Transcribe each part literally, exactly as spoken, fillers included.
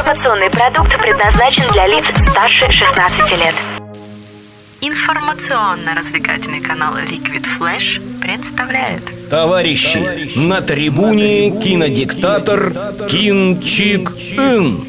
Информационный продукт предназначен для лиц старше шестнадцати лет. Информационно-развлекательный канал Liquid Flash представляет. Товарищи, на трибуне кинодиктатор Ким Чик Ын.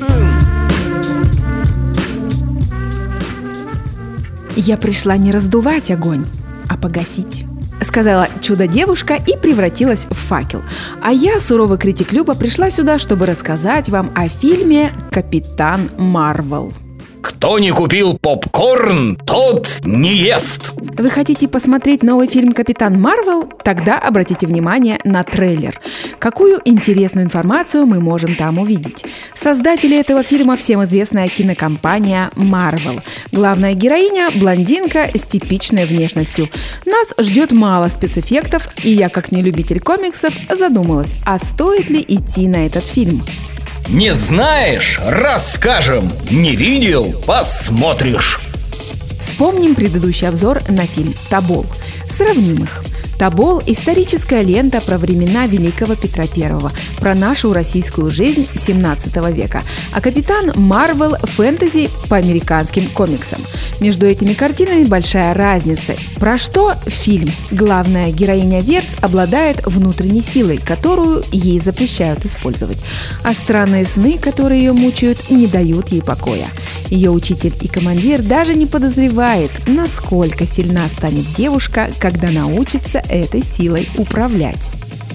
«Я пришла не раздувать огонь, а погасить», — сказала чудо-девушка и превратилась в факел. А я, суровый критик Люба, пришла сюда, чтобы рассказать вам о фильме «Капитан Марвел». Кто не купил попкорн, тот не ест. Вы хотите посмотреть новый фильм «Капитан Марвел»? Тогда обратите внимание на трейлер. Какую интересную информацию мы можем там увидеть? Создатели этого фильма всем известная кинокомпания Marvel. Главная героиня – блондинка с типичной внешностью. Нас ждет мало спецэффектов, и я, как нелюбитель комиксов, задумалась, а стоит ли идти на этот фильм? Не знаешь? Расскажем. Не видел? Посмотришь. Вспомним предыдущий обзор на фильм «Тобол». Сравним их. «Тобол» – историческая лента про времена Великого Петра Первого, про нашу российскую жизнь семнадцатого века, а «Капитан Марвел» – фэнтези по американским комиксам. Между этими картинами большая разница. Про что фильм? Главная героиня Верс обладает внутренней силой, которую ей запрещают использовать, а странные сны, которые ее мучают, не дают ей покоя. Ее учитель и командир даже не подозревает, насколько сильна станет девушка, когда научится этой силой управлять.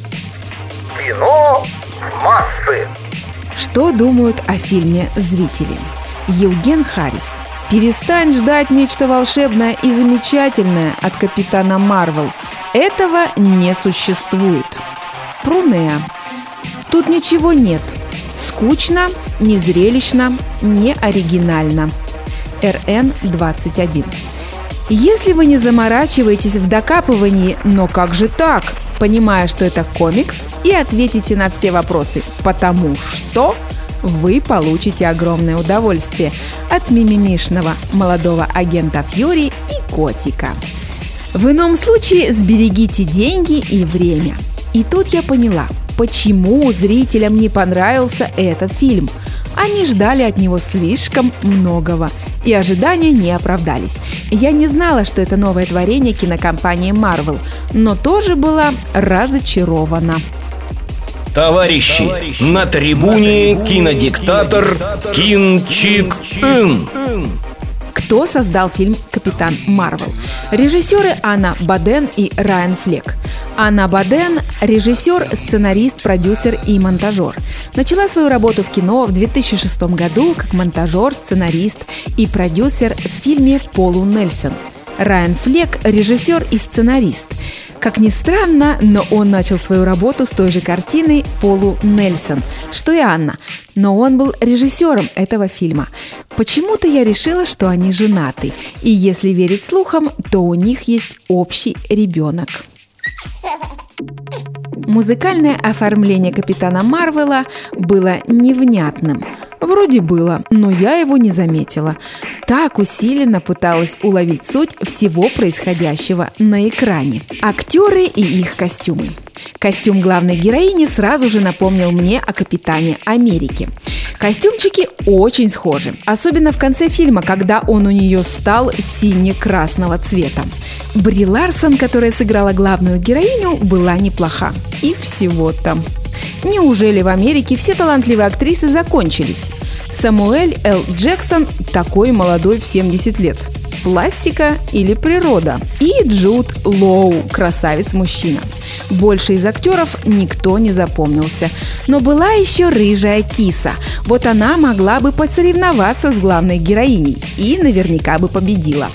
Кино в массы. Что думают о фильме зрители? Евген Харрис. Перестань ждать нечто волшебное и замечательное от Капитана Марвел. Этого не существует. Прунеа. Тут ничего нет. Скучно, незрелищно, не оригинально. эр эн двадцать один. Если вы не заморачиваетесь в докапывании, но как же так, понимая, что это комикс, и ответите на все вопросы, потому что вы получите огромное удовольствие от мимимишного молодого агента Фьюри и котика. В ином случае сберегите деньги и время. И тут я поняла, почему зрителям не понравился этот фильм. Они ждали от него слишком многого, и ожидания не оправдались. Я не знала, что это новое творение кинокомпании Marvel, но тоже была разочарована. Товарищи, на трибуне кинодиктатор Ким Чик Ын. Кто создал фильм «Капитан Марвел»? Режиссеры Анна Боден и Райан Флек. Анна Боден – режиссер, сценарист, продюсер и монтажер. Начала свою работу в кино в две тысячи шестом году как монтажер, сценарист и продюсер в фильме «Полу Нельсон». Райан Флек – режиссер и сценарист. Как ни странно, но он начал свою работу с той же картины «Полу Нельсон», что и Анна, но он был режиссером этого фильма. Почему-то я решила, что они женаты, и если верить слухам, то у них есть общий ребенок. Музыкальное оформление Капитана Марвела было невнятным. Вроде было, но я его не заметила. Так усиленно пыталась уловить суть всего происходящего на экране. Актеры и их костюмы. Костюм главной героини сразу же напомнил мне о Капитане Америки. Костюмчики очень схожи, особенно в конце фильма, когда он у нее стал сине-красного цвета. Бри Ларсон, которая сыграла главную героиню, была неплоха. И всего-то. Неужели в Америке все талантливые актрисы закончились? Самуэль Л. Джексон такой молодой в семьдесят лет. Пластика или природа? И Джуд Лоу, красавец-мужчина. Больше из актеров никто не запомнился. Но была еще рыжая киса. Вот она могла бы посоревноваться с главной героиней и наверняка бы победила.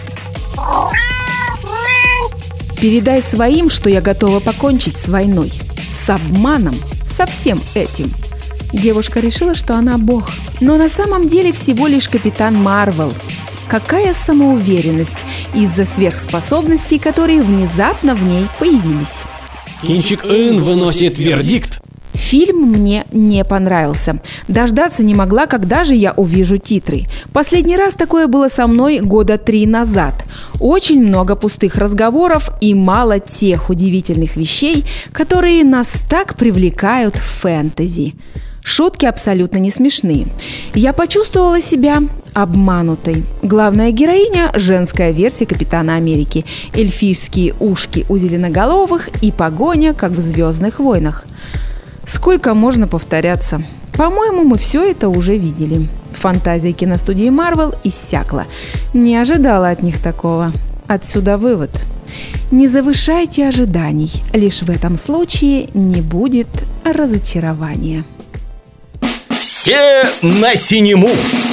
Передай своим, что я готова покончить с войной. С обманом. Со всем этим. Девушка решила, что она бог. Но на самом деле всего лишь Капитан Марвел. Какая самоуверенность из-за сверхспособностей, которые внезапно в ней появились. Ким Чик Ын выносит вердикт. Фильм мне не понравился. Дождаться не могла, когда же я увижу титры. Последний раз такое было со мной года три назад. Очень много пустых разговоров и мало тех удивительных вещей, которые нас так привлекают в фэнтези. Шутки абсолютно не смешные. Я почувствовала себя обманутой. Главная героиня – женская версия Капитана Америки. Эльфийские ушки у зеленоголовых и погоня, как в «Звездных войнах». Сколько можно повторяться? По-моему, мы все это уже видели. Фантазия киностудии Marvel иссякла. Не ожидала от них такого. Отсюда вывод. Не завышайте ожиданий. Лишь в этом случае не будет разочарования. Все на синему!